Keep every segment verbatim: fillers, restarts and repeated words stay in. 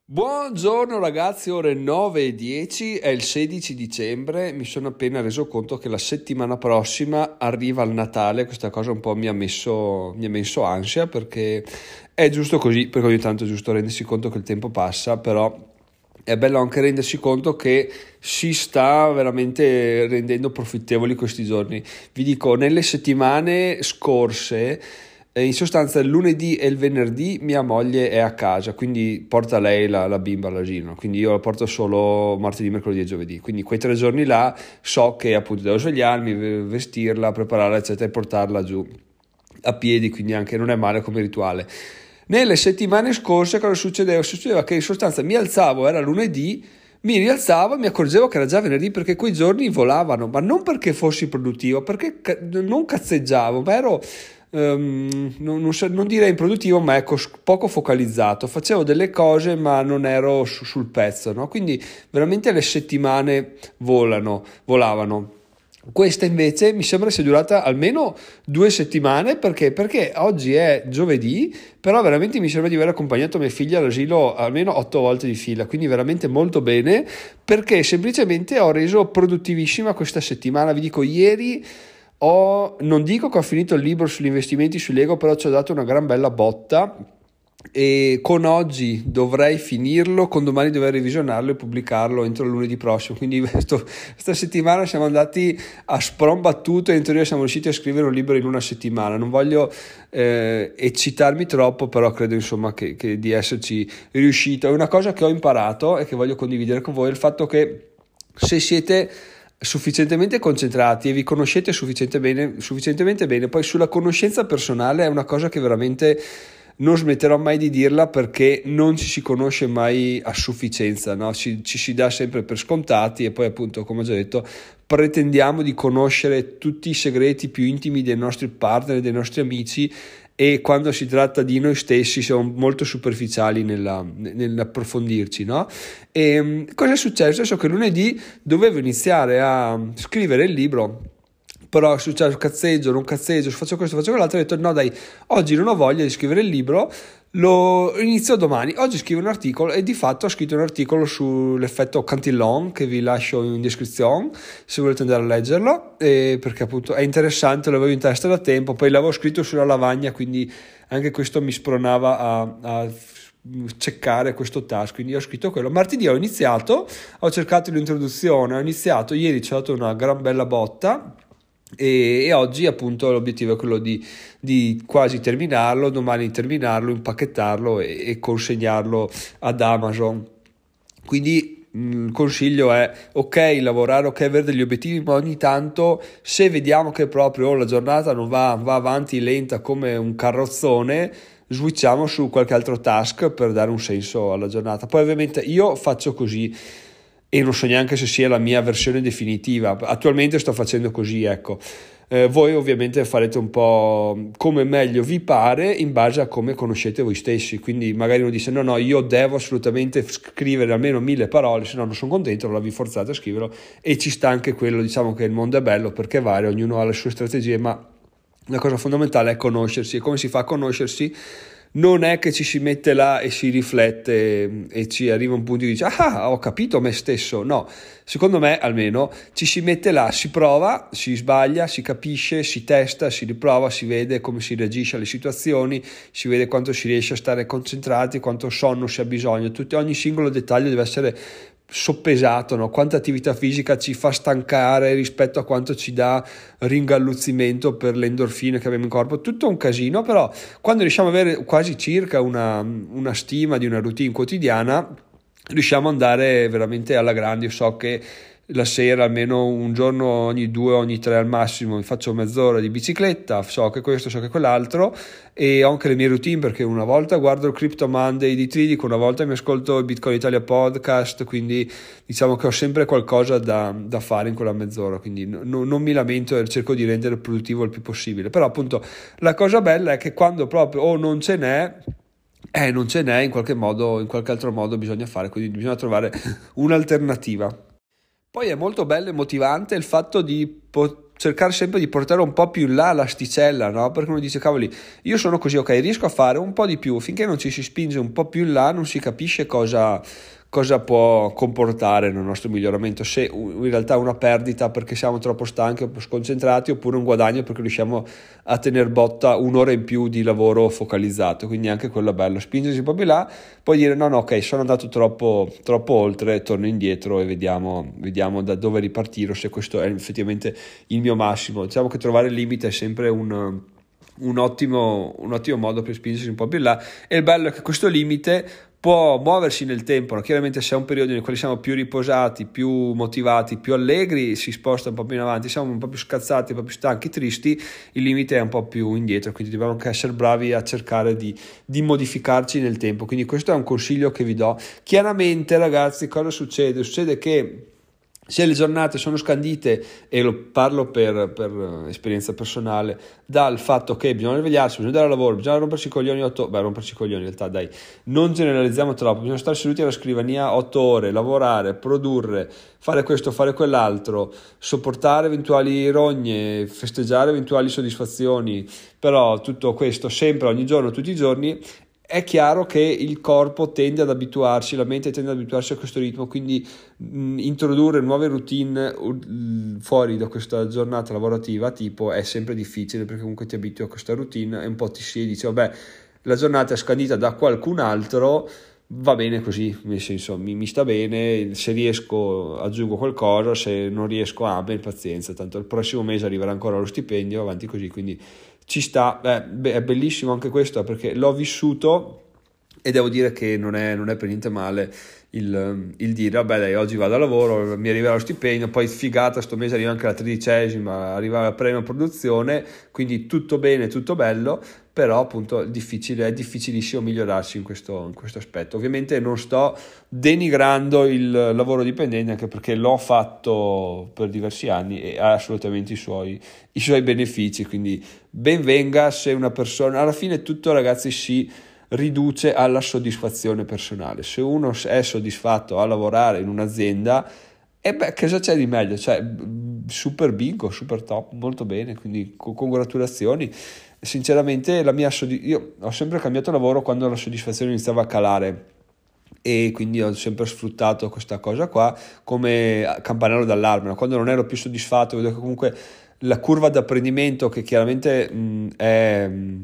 Buongiorno ragazzi, ore nove e dieci, è il sedici dicembre, mi sono appena reso conto che la settimana prossima arriva il Natale. Questa cosa un po' mi ha messo, mi ha messo ansia, perché è giusto così, perché ogni tanto è giusto rendersi conto che il tempo passa, però è bello anche rendersi conto che si sta veramente rendendo profittevoli questi giorni. Vi dico, nelle settimane scorse, in sostanza il lunedì e il venerdì mia moglie è a casa, quindi porta lei la, la bimba all'asilo, quindi io la porto solo martedì, mercoledì e giovedì, quindi quei tre giorni là so che appunto devo svegliarmi, vestirla, prepararla eccetera e portarla giù a piedi, quindi anche non è male come rituale. Nelle settimane scorse cosa succedeva? Succedeva che in sostanza mi alzavo, era lunedì, mi rialzavo e mi accorgevo che era già venerdì, perché quei giorni volavano, ma non perché fossi produttivo, perché ca- non cazzeggiavo, ma ero Um, non, non, non direi improduttivo, ma ecco, poco focalizzato, facevo delle cose ma non ero su, sul pezzo, no? Quindi veramente le settimane volano, volavano. Questa invece mi sembra sia durata almeno due settimane, perché? Perché oggi è giovedì, però veramente mi sembra di aver accompagnato mia figlia all'asilo almeno otto volte di fila, quindi veramente molto bene, perché semplicemente ho reso produttivissima questa settimana. Vi dico, ieri Ho, non dico che ho finito il libro sugli investimenti su Lego, però ci ho dato una gran bella botta e con oggi dovrei finirlo, con domani dovrei revisionarlo e pubblicarlo entro lunedì prossimo. Quindi questo, questa settimana siamo andati a sprombattuto e in teoria siamo riusciti a scrivere un libro in una settimana. Non voglio eh, eccitarmi troppo, però credo insomma che, che di esserci riuscito. È una cosa che ho imparato e che voglio condividere con voi, il fatto che se siete sufficientemente concentrati e vi conoscete sufficientemente bene, sufficientemente bene, poi sulla conoscenza personale è una cosa che veramente non smetterò mai di dirla, perché non ci si conosce mai a sufficienza, no? ci, ci si dà sempre per scontati e poi appunto, come ho già detto, pretendiamo di conoscere tutti i segreti più intimi dei nostri partner, dei nostri amici, e quando si tratta di noi stessi siamo molto superficiali nella, nell'approfondirci, no? E cosa è successo? So che lunedì dovevo iniziare a scrivere il libro, però è successo cazzeggio, non cazzeggio, faccio questo, faccio quell'altro, ho detto no dai, oggi non ho voglia di scrivere il libro, lo inizio domani. Oggi scrivo un articolo e di fatto ho scritto un articolo sull'effetto Cantillon, che vi lascio in descrizione se volete andare a leggerlo, e perché appunto è interessante, l'avevo in testa da tempo, poi l'avevo scritto sulla lavagna, quindi anche questo mi spronava a, a ceccare questo task, quindi ho scritto quello. Martedì ho iniziato, ho cercato l'introduzione, ho iniziato, ieri ci ho dato una gran bella botta, E, e oggi appunto l'obiettivo è quello di, di quasi terminarlo, domani terminarlo, impacchettarlo e, e consegnarlo ad Amazon. Quindi mh, il consiglio è ok lavorare, ok avere degli obiettivi, ma ogni tanto, se vediamo che proprio la giornata non va, va avanti lenta come un carrozzone, switchiamo su qualche altro task per dare un senso alla giornata. Poi ovviamente io faccio così e non so neanche se sia la mia versione definitiva, attualmente sto facendo così, ecco. Eh, voi ovviamente farete un po' come meglio vi pare, in base a come conoscete voi stessi, quindi magari uno dice no no io devo assolutamente scrivere almeno mille parole, se no non sono contento, allora vi forzate a scriverlo, e ci sta anche quello. Diciamo che il mondo è bello perché varia, ognuno ha le sue strategie, ma la cosa fondamentale è conoscersi. E come si fa a conoscersi? Non è che ci si mette là e si riflette e ci arriva un punto di dice ah ho capito me stesso. No, secondo me almeno ci si mette là, si prova, si sbaglia, si capisce, si testa, si riprova, si vede come si reagisce alle situazioni, si vede quanto si riesce a stare concentrati, quanto sonno si ha bisogno. Tutti, ogni singolo dettaglio deve essere soppesato, no? Quanta attività fisica ci fa stancare rispetto a quanto ci dà ringalluzzimento per le endorfine che abbiamo in corpo, tutto un casino. Però quando riusciamo ad avere quasi circa una, una stima di una routine quotidiana, riusciamo ad andare veramente alla grande. Io so che la sera almeno un giorno ogni due, ogni tre al massimo mi faccio mezz'ora di bicicletta, so che questo, so che quell'altro, e ho anche le mie routine, perché una volta guardo il Crypto Monday di Tridico, una volta mi ascolto il Bitcoin Italia podcast, quindi diciamo che ho sempre qualcosa da, da fare in quella mezz'ora, quindi no, non mi lamento e cerco di rendere produttivo il più possibile. Però appunto la cosa bella è che quando proprio o oh, non ce n'è eh non ce n'è, in qualche modo, in qualche altro modo bisogna fare, quindi bisogna trovare un'alternativa. Poi è molto bello e motivante il fatto di po- cercare sempre di portare un po' più in là l'asticella, no? Perché uno dice, cavoli, io sono così, ok, riesco a fare un po' di più, finché non ci si spinge un po' più in là non si capisce cosa, cosa può comportare nel nostro miglioramento, se in realtà una perdita perché siamo troppo stanchi o sconcentrati, oppure un guadagno perché riusciamo a tener botta un'ora in più di lavoro focalizzato. Quindi anche quello è bello, spingersi un po' più là, poi dire no no ok, sono andato troppo, troppo oltre, torno indietro e vediamo, vediamo da dove ripartire, o se questo è effettivamente il mio massimo. Diciamo che trovare il limite è sempre un un ottimo, un ottimo modo per spingersi un po' più in là, e il bello è che questo limite può muoversi nel tempo, no? Chiaramente se è un periodo nel quale siamo più riposati, più motivati, più allegri, si sposta un po' più in avanti, siamo un po' più scazzati, un po' più stanchi, tristi, il limite è un po' più indietro, quindi dobbiamo anche essere bravi a cercare di, di modificarci nel tempo. Quindi questo è un consiglio che vi do. Chiaramente ragazzi, cosa succede? Succede che se le giornate sono scandite, e lo parlo per, per esperienza personale, dal fatto che bisogna svegliarsi, bisogna andare al lavoro, bisogna rompersi i coglioni otto, beh rompersi i coglioni in realtà dai, non generalizziamo troppo, bisogna stare seduti alla scrivania otto ore, lavorare, produrre, fare questo, fare quell'altro, sopportare eventuali rogne, festeggiare eventuali soddisfazioni, però tutto questo sempre, ogni giorno, tutti i giorni, è chiaro che il corpo tende ad abituarsi, la mente tende ad abituarsi a questo ritmo, quindi mh, introdurre nuove routine uh, fuori da questa giornata lavorativa tipo è sempre difficile, perché comunque ti abitui a questa routine e un po' ti si dice vabbè, la giornata è scandita da qualcun altro, va bene così, nel senso mi, mi sta bene, se riesco aggiungo qualcosa, se non riesco ah beh, pazienza, tanto il prossimo mese arriverà ancora lo stipendio, avanti così, quindi ci sta. Beh, è bellissimo anche questo perché l'ho vissuto e devo dire che non è, non è per niente male il, il dire vabbè dai, oggi vado a lavoro, mi arriverà lo stipendio, poi figata, sto mese arriva anche la tredicesima, arriva la premio produzione, quindi tutto bene, tutto bello, però appunto è difficile, è difficilissimo migliorarsi in questo, in questo aspetto. Ovviamente non sto denigrando il lavoro dipendente, anche perché l'ho fatto per diversi anni e ha assolutamente i suoi, i suoi benefici, quindi ben venga se una persona, alla fine tutto ragazzi si riduce alla soddisfazione personale. Se uno è soddisfatto a lavorare in un'azienda, e beh, cosa c'è di meglio? Cioè, super bingo, super top, molto bene, quindi congratulazioni. Sinceramente la mia soddisf- io ho sempre cambiato lavoro quando la soddisfazione iniziava a calare, e quindi ho sempre sfruttato questa cosa qua come campanello d'allarme. Quando non ero più soddisfatto, vedo che comunque la curva d'apprendimento, che chiaramente mh, è mh,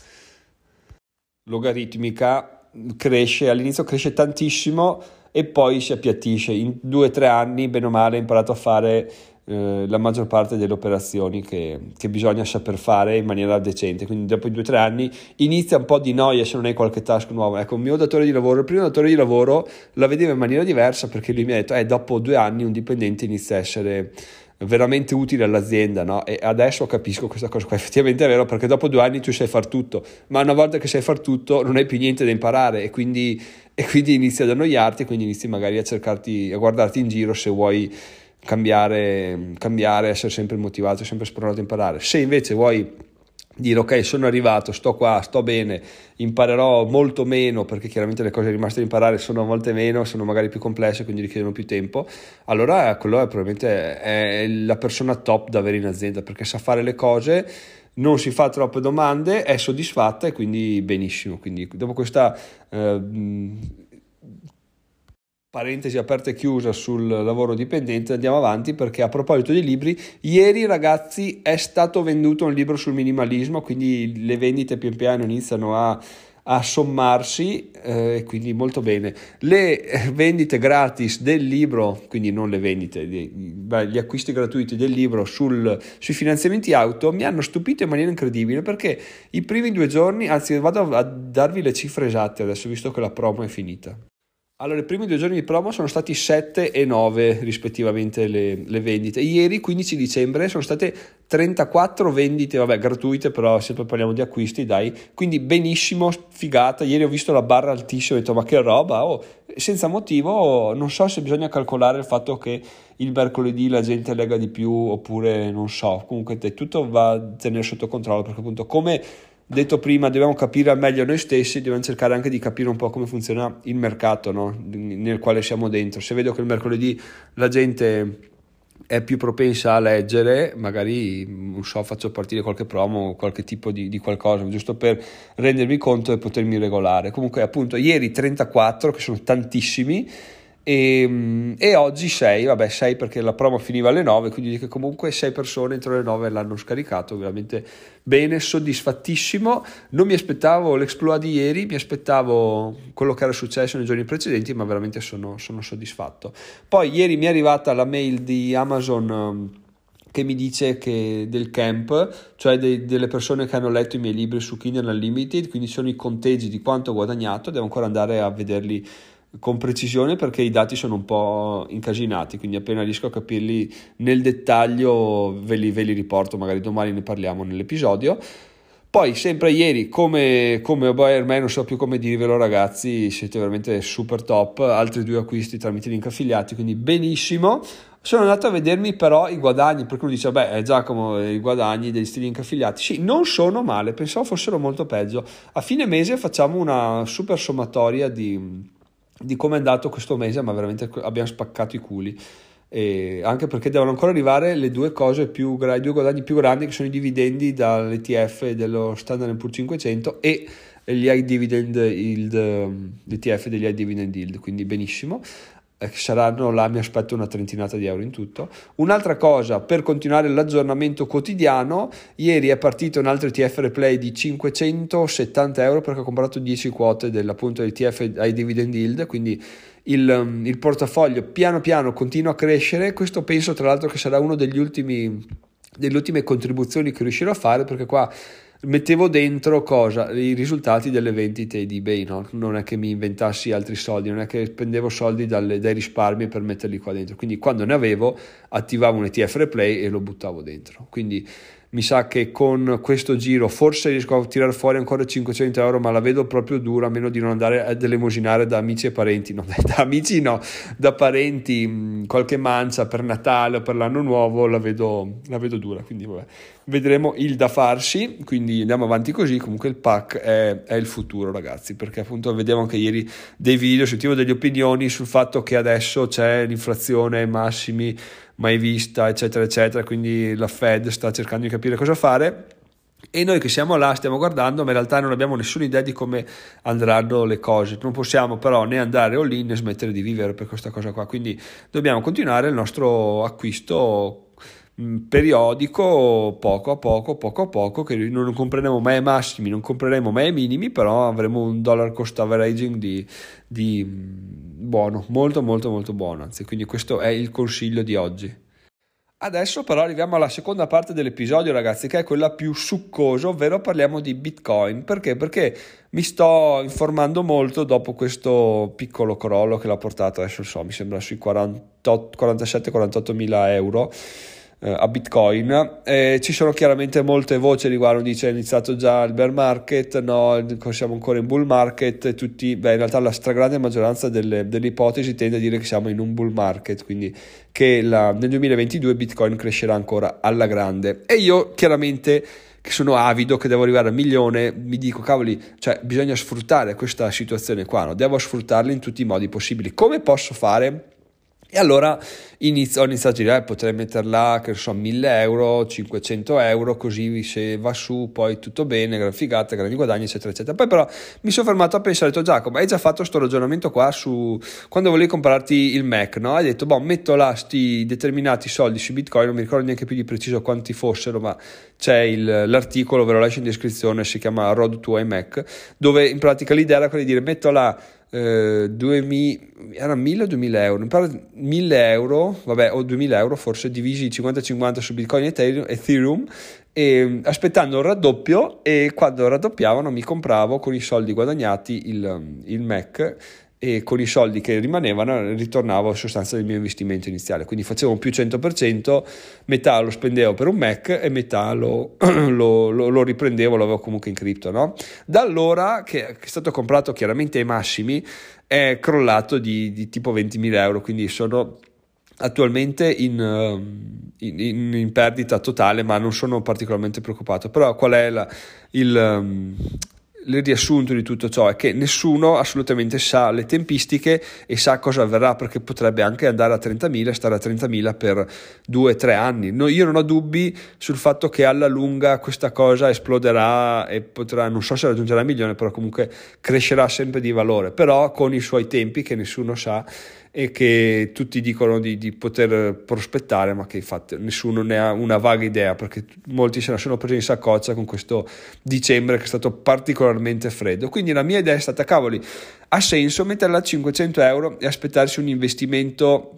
logaritmica, cresce, all'inizio cresce tantissimo e poi si appiattisce. In due o tre anni, bene o male, ho imparato a fare eh, la maggior parte delle operazioni che, che bisogna saper fare in maniera decente. Quindi dopo i due o tre anni inizia un po' di noia se non hai qualche task nuovo. Ecco, il mio datore di lavoro, il primo datore di lavoro la vedeva in maniera diversa, perché lui mi ha detto eh, dopo due anni un dipendente inizia a essere veramente utile all'azienda, no? E adesso capisco questa cosa qua, effettivamente è vero, perché dopo due anni tu sai far tutto, ma una volta che sai far tutto non hai più niente da imparare, e quindi, e quindi inizi ad annoiarti, quindi inizi magari a cercarti, a guardarti in giro se vuoi cambiare, cambiare, essere sempre motivato, sempre spronato a imparare. Se invece vuoi dire ok, sono arrivato, sto qua, sto bene, imparerò molto meno, perché chiaramente le cose rimaste da imparare sono molte meno, sono magari più complesse, quindi richiedono più tempo, allora quello è probabilmente è la persona top da avere in azienda, perché sa fare le cose, non si fa troppe domande, è soddisfatta e quindi benissimo. Quindi dopo questa eh, parentesi aperta e chiusa sul lavoro dipendente, andiamo avanti, perché a proposito di libri, ieri ragazzi è stato venduto un libro sul minimalismo, quindi le vendite pian piano iniziano a, a sommarsi, e eh, quindi molto bene. Le vendite gratis del libro, quindi non le vendite, gli acquisti gratuiti del libro sul, sui finanziamenti auto mi hanno stupito in maniera incredibile, perché i primi due giorni, anzi vado a darvi le cifre esatte adesso, visto che la promo è finita. Allora, i primi due giorni di promo sono stati sette e nove rispettivamente le, le vendite. Ieri, quindici dicembre, sono state trentaquattro vendite, vabbè, gratuite, però se poi parliamo di acquisti, dai. Quindi benissimo, figata. Ieri ho visto la barra altissima, ho detto ma che roba, oh, senza motivo. Non so se bisogna calcolare il fatto che il mercoledì la gente lega di più oppure non so. Comunque tutto va a tenere sotto controllo, perché appunto come detto prima dobbiamo capire al meglio noi stessi, dobbiamo cercare anche di capire un po' come funziona il mercato, no? Nel quale siamo dentro. Se vedo che il mercoledì la gente è più propensa a leggere, magari non so, faccio partire qualche promo, qualche tipo di, di qualcosa, giusto per rendermi conto e potermi regolare. Comunque appunto ieri trentaquattro, che sono tantissimi, e, e oggi sei, vabbè sei perché la promo finiva alle nove, quindi che comunque sei persone entro le nove l'hanno scaricato, veramente bene, soddisfattissimo. Non mi aspettavo l'exploit di ieri, mi aspettavo quello che era successo nei giorni precedenti, ma veramente sono, sono soddisfatto. Poi ieri mi è arrivata la mail di Amazon che mi dice che del camp, cioè dei, delle persone che hanno letto i miei libri su Kindle Unlimited, quindi sono i conteggi di quanto ho guadagnato, devo ancora andare a vederli con precisione perché i dati sono un po' incasinati, quindi appena riesco a capirli nel dettaglio ve li, ve li riporto, magari domani ne parliamo nell'episodio. Poi sempre ieri, come, come ormai non so più come dirvelo ragazzi, siete veramente super top, altri due acquisti tramite link affiliati, quindi benissimo. Sono andato a vedermi però i guadagni, perché uno dice beh Giacomo, i guadagni degli link affiliati, sì, non sono male, pensavo fossero molto peggio. A fine mese facciamo una super sommatoria di di come è andato questo mese, ma veramente abbiamo spaccato i culi, e anche perché devono ancora arrivare le due cose più gra- i due guadagni più grandi, che sono i dividendi dall'E T F dello Standard and Poor's cinquecento e gli high dividend yield, l'E T F degli high dividend yield, quindi benissimo. Saranno là, mi aspetto una trentinata di euro in tutto. Un'altra cosa per continuare l'aggiornamento quotidiano, ieri è partito un altro E T F replay di cinquecentosettanta euro perché ho comprato dieci quote dell'appunto E T F ai dividend yield, quindi il, il portafoglio piano piano continua a crescere. Questo penso tra l'altro che sarà uno degli ultimi delle ultime contribuzioni che riuscirò a fare, perché qua mettevo dentro cosa? I risultati delle vendite di eBay, no? Non è che mi inventassi altri soldi, non è che spendevo soldi dalle, dai risparmi per metterli qua dentro, quindi quando ne avevo attivavo un E T F replay e lo buttavo dentro. Quindi mi sa che con questo giro forse riesco a tirare fuori ancora cinquecento euro, ma la vedo proprio dura, a meno di non andare ad elemosinare da amici e parenti, no, da amici no, da parenti qualche mancia per Natale o per l'anno nuovo, la vedo, la vedo dura, quindi vabbè, vedremo il da farsi, quindi andiamo avanti così. Comunque il pack è, è il futuro ragazzi, perché appunto vedevo anche ieri dei video, sentivo delle opinioni sul fatto che adesso c'è l'inflazione ai massimi mai vista, eccetera eccetera, quindi la Fed sta cercando di capire cosa fare e noi che siamo là stiamo guardando, ma in realtà non abbiamo nessuna idea di come andranno le cose. Non possiamo però né andare all in né smettere di vivere per questa cosa qua, quindi dobbiamo continuare il nostro acquisto periodico, poco a poco, poco a poco, che non compreremo mai ai massimi, non compreremo mai ai minimi, però avremo un dollar cost averaging di, di buono, molto molto molto buono, anzi, quindi questo è il consiglio di oggi. Adesso però arriviamo alla seconda parte dell'episodio ragazzi, che è quella più succosa, ovvero parliamo di Bitcoin. Perché? Perché mi sto informando molto dopo questo piccolo crollo che l'ha portato, adesso so, mi sembra sui quarantasette quarantotto mila euro a Bitcoin. Eh, ci sono chiaramente molte voci riguardo, dice è iniziato già il bear market, no, siamo ancora in bull market, tutti, beh in realtà la stragrande maggioranza delle, delle ipotesi tende a dire che siamo in un bull market, quindi che la, nel duemilaventidue Bitcoin crescerà ancora alla grande, e io chiaramente che sono avido, che devo arrivare a milione, mi dico cavoli, cioè bisogna sfruttare questa situazione qua, no? Devo sfruttarla in tutti i modi possibili. Come posso fare? E allora inizio, ho iniziato a dire eh, potrei metterla, che so, mille euro, cinquecento euro, così se va su poi tutto bene, gran figata, grandi guadagni, eccetera eccetera. Poi però mi sono fermato a pensare, ho detto Giacomo, hai già fatto sto ragionamento qua su quando volevi comprarti il Mac, no? Hai detto boh, metto là sti determinati soldi su Bitcoin, non mi ricordo neanche più di preciso quanti fossero, ma c'è il, l'articolo, ve lo lascio in descrizione, si chiama Road to iMac, dove in pratica l'idea era quella di dire metto là Uh, duemila, era mille o duemila euro, mi pare mille euro, vabbè, o duemila euro forse, divisi cinquanta cinquanta su Bitcoin e Ethereum, Ethereum e aspettando il raddoppio, e quando raddoppiavano mi compravo con i soldi guadagnati il, il Mac, e con i soldi che rimanevano ritornavo a sostanza del mio investimento iniziale, quindi facevo un più cento per cento, metà lo spendevo per un Mac e metà lo, lo, lo, lo riprendevo, lo avevo comunque in cripto, no? Da allora che è stato comprato chiaramente ai massimi, è crollato di, di tipo ventimila euro, quindi sono attualmente in, in, in, in perdita totale, ma non sono particolarmente preoccupato. Però qual è la, il il riassunto di tutto ciò è che nessuno assolutamente sa le tempistiche e sa cosa avverrà, perché potrebbe anche andare a trentamila e stare a trentamila per due o tre anni. No, io non ho dubbi sul fatto che alla lunga questa cosa esploderà e potrà, non so se raggiungerà il milione, però comunque crescerà sempre di valore, però con i suoi tempi che nessuno sa e che tutti dicono di, di poter prospettare, ma che infatti nessuno ne ha una vaga idea, perché molti se la sono presi in saccoccia con questo dicembre che è stato particolarmente freddo. Quindi la mia idea è stata: cavoli, ha senso metterla a cinquecento euro e aspettarsi un investimento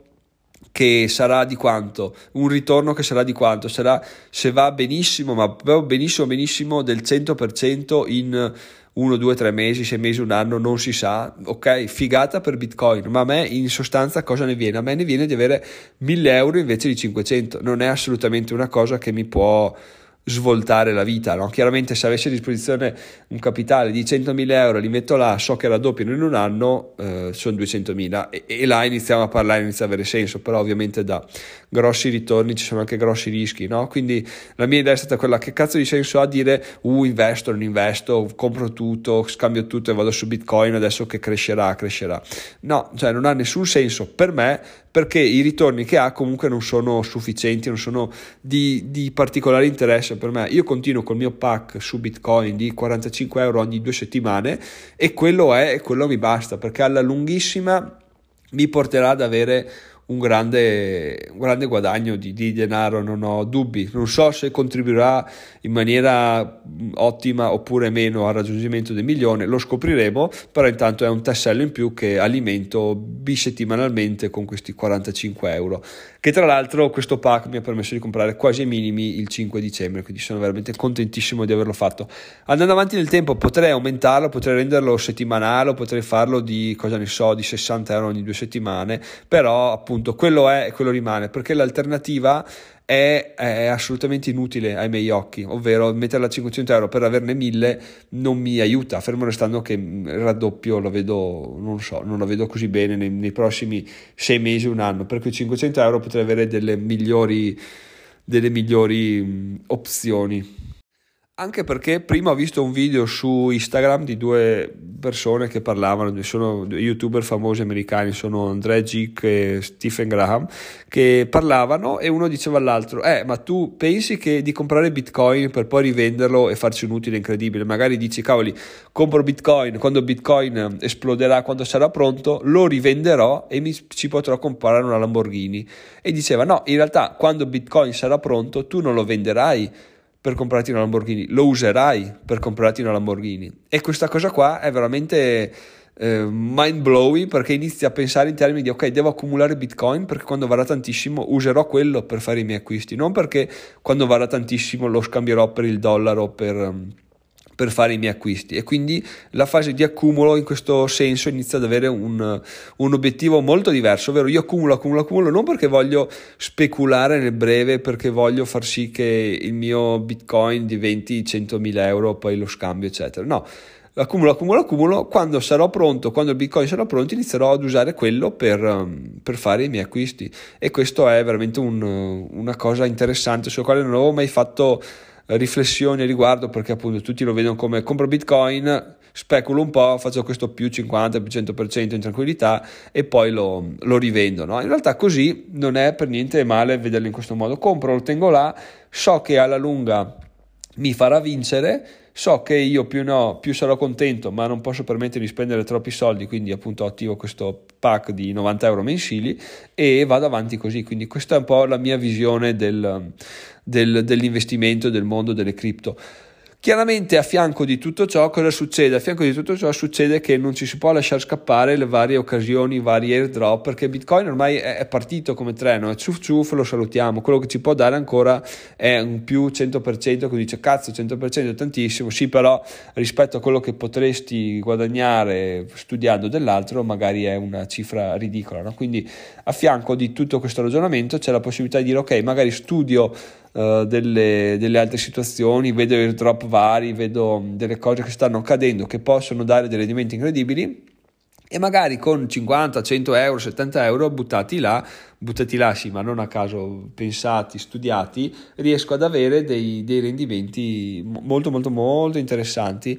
che sarà di quanto? Un ritorno che sarà di quanto? Sarà, se va benissimo, ma benissimo benissimo, del cento per cento in uno, due, tre mesi, sei mesi, un anno, non si sa. Ok, figata per Bitcoin, ma a me in sostanza cosa ne viene? A me ne viene di avere mille euro invece di cinquecento. Non è assolutamente una cosa che mi può svoltare la vita, no? Chiaramente se avessi a disposizione un capitale di centomila euro, li metto là, so che raddoppiano in un anno, eh, sono duecentomila e, e là iniziamo a parlare, inizia a avere senso. Però ovviamente da grossi ritorni ci sono anche grossi rischi, no? Quindi la mia idea è stata quella: che cazzo di senso ha dire uh investo, non investo, compro tutto, scambio tutto e vado su Bitcoin adesso che crescerà, crescerà. No, cioè non ha nessun senso per me, perché i ritorni che ha comunque non sono sufficienti, non sono di, di particolare interesse per me. Io continuo col mio pack su Bitcoin di quarantacinque euro ogni due settimane e quello è, e quello mi basta, perché alla lunghissima mi porterà ad avere un grande, un grande guadagno di, di denaro, non ho dubbi. Non so se contribuirà in maniera ottima oppure meno al raggiungimento del milione, lo scopriremo, però intanto è un tassello in più che alimento bisettimanalmente con questi quarantacinque euro, che tra l'altro questo pack mi ha permesso di comprare quasi ai minimi il cinque dicembre, quindi sono veramente contentissimo di averlo fatto. Andando avanti nel tempo potrei aumentarlo, potrei renderlo settimanale, potrei farlo di, cosa ne so, di sessanta euro ogni due settimane, però appunto quello è e quello rimane, perché l'alternativa è, è assolutamente inutile ai miei occhi, ovvero metterla a cinquecento euro per averne mille non mi aiuta, fermo restando che il raddoppio lo vedo, non so, non lo vedo così bene nei, nei prossimi sei mesi, un anno, perché cinquecento euro potrei avere delle migliori, delle migliori mh, opzioni. Anche perché prima ho visto un video su Instagram di due persone che parlavano, sono youtuber famosi americani, sono André Gick e Stephen Graham, che parlavano e uno diceva all'altro: eh ma tu pensi che di comprare Bitcoin per poi rivenderlo e farci un utile incredibile? Magari dici: cavoli, compro Bitcoin, quando Bitcoin esploderà, quando sarà pronto, lo rivenderò e mi, ci potrò comprare una Lamborghini. E diceva: no, in realtà quando Bitcoin sarà pronto tu non lo venderai per comprarti una Lamborghini, lo userai per comprarti una Lamborghini. E questa cosa qua è veramente eh, mind blowing, perché inizi a pensare in termini di: ok, devo accumulare Bitcoin perché quando varrà tantissimo userò quello per fare i miei acquisti, non perché quando varrà tantissimo lo scambierò per il dollaro per, per fare i miei acquisti. E quindi la fase di accumulo in questo senso inizia ad avere un, un obiettivo molto diverso, ovvero io accumulo, accumulo, accumulo non perché voglio speculare nel breve, perché voglio far sì che il mio Bitcoin diventi centomila euro, poi lo scambio eccetera, no, accumulo, accumulo, accumulo, quando sarò pronto, quando il Bitcoin sarà pronto inizierò ad usare quello per, per fare i miei acquisti. E questo è veramente un, una cosa interessante sulla quale non avevo mai fatto riflessioni a riguardo, perché appunto tutti lo vedono come: compro Bitcoin, speculo un po', faccio questo più cinquanta più cento per cento in tranquillità e poi lo, lo rivendo, no? In realtà così non è per niente male vederlo in questo modo: compro, lo tengo là, so che alla lunga mi farà vincere, so che io più no più sarò contento, ma non posso permettermi di spendere troppi soldi, quindi appunto attivo questo pack di novanta euro mensili e vado avanti così. Quindi questa è un po' la mia visione del, del, dell'investimento, del mondo delle cripto. Chiaramente a fianco di tutto ciò cosa succede? A fianco di tutto ciò succede che non ci si può lasciare scappare le varie occasioni, i vari airdrop, perché Bitcoin ormai è partito come treno, è ciuf ciuf, lo salutiamo. Quello che ci può dare ancora è un più cento per cento, che dice: cazzo, cento per cento è tantissimo, sì, però rispetto a quello che potresti guadagnare studiando dell'altro magari è una cifra ridicola, no? Quindi a fianco di tutto questo ragionamento c'è la possibilità di dire: ok, magari studio Uh, delle, delle altre situazioni, vedo airdrop vari, vedo delle cose che stanno accadendo che possono dare dei rendimenti incredibili, e magari con cinquanta, cento euro, settanta euro buttati là, buttati là sì, ma non a caso pensati, studiati, riesco ad avere dei, dei rendimenti molto molto molto interessanti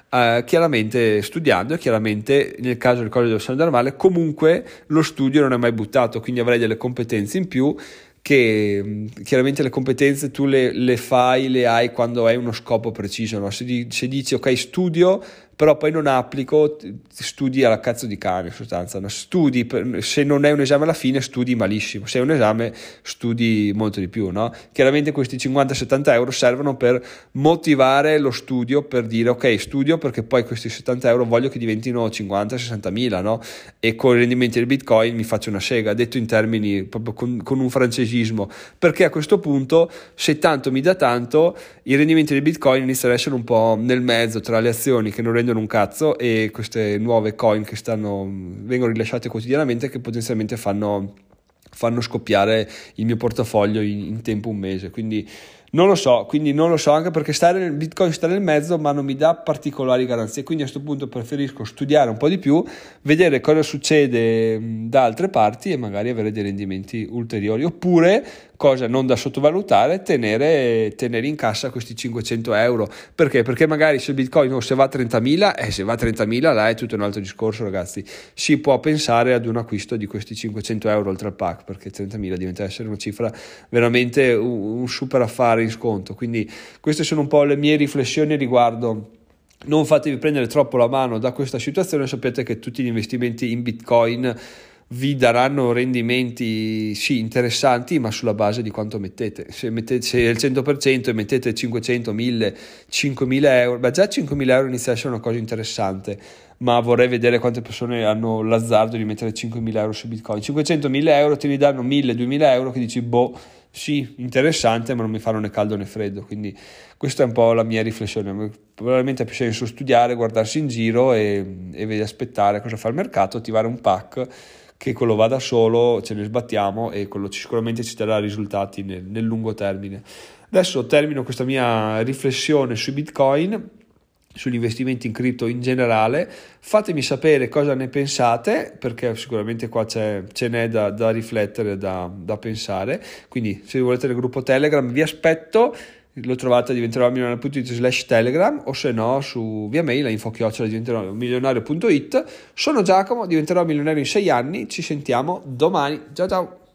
eh, chiaramente studiando, e chiaramente nel caso le cose dovessero andare male, comunque lo studio non è mai buttato, quindi avrai delle competenze in più che chiaramente le competenze tu le, le fai, le hai quando hai uno scopo preciso, no? Se, di, se dici ok studio però poi non applico, studi alla cazzo di cane in sostanza, no? Studi per, se non è un esame alla fine studi malissimo, se è un esame studi molto di più, no? Chiaramente questi cinquanta settanta euro servono per motivare lo studio, per dire ok studio perché poi questi settanta euro voglio che diventino cinquanta sessanta mila, no? E con i rendimenti del Bitcoin mi faccio una sega, detto in termini proprio con, con un francesismo, perché a questo punto se tanto mi dà tanto i rendimenti del Bitcoin iniziano ad essere un po' nel mezzo tra le azioni che non rendono un cazzo e queste nuove coin che stanno vengono rilasciate quotidianamente, che potenzialmente fanno fanno scoppiare il mio portafoglio in, in tempo un mese. Quindi non lo so, quindi non lo so, anche perché stare nel Bitcoin sta nel mezzo ma non mi dà particolari garanzie, quindi a questo punto preferisco studiare un po' di più, vedere cosa succede da altre parti e magari avere dei rendimenti ulteriori, oppure cosa non da sottovalutare, tenere, tenere in cassa questi cinquecento euro. Perché? Perché magari se il Bitcoin oh, se va a trentamila, eh, se va a trentamila là è tutto un altro discorso, ragazzi. Si può pensare ad un acquisto di questi cinquecento euro oltre al pack, perché trentamila diventa essere una cifra veramente un, un super affare in sconto. Quindi queste sono un po' le mie riflessioni riguardo. Non fatevi prendere troppo la mano da questa situazione, sapete che tutti gli investimenti in Bitcoin vi daranno rendimenti sì interessanti, ma sulla base di quanto mettete. Se mettete se il cento per cento e mettete cinquecento, mille, cinquemila euro, beh già cinquemila euro inizia a essere una cosa interessante, ma vorrei vedere quante persone hanno l'azzardo di mettere cinquemila euro su Bitcoin. cinquecentomila euro te ne danno mille, duemila euro che dici boh, sì, interessante, ma non mi fanno né caldo né freddo. Quindi questa è un po' la mia riflessione. Probabilmente ha più senso studiare, guardarsi in giro e, e aspettare cosa fa il mercato, attivare un pack che quello va da solo, ce ne sbattiamo e quello sicuramente ci darà risultati nel, nel lungo termine. Adesso termino questa mia riflessione sui Bitcoin, sugli investimenti in cripto in generale. Fatemi sapere cosa ne pensate, perché sicuramente qua c'è, ce n'è da, da riflettere, da, da pensare. Quindi se volete nel gruppo Telegram vi aspetto, lo trovate a diventerò milionario punto it slash telegram, o se no su via mail a info chiocciola diventerò milionario punto it. Sono Giacomo, diventerò milionario in sei anni, ci sentiamo domani, ciao ciao.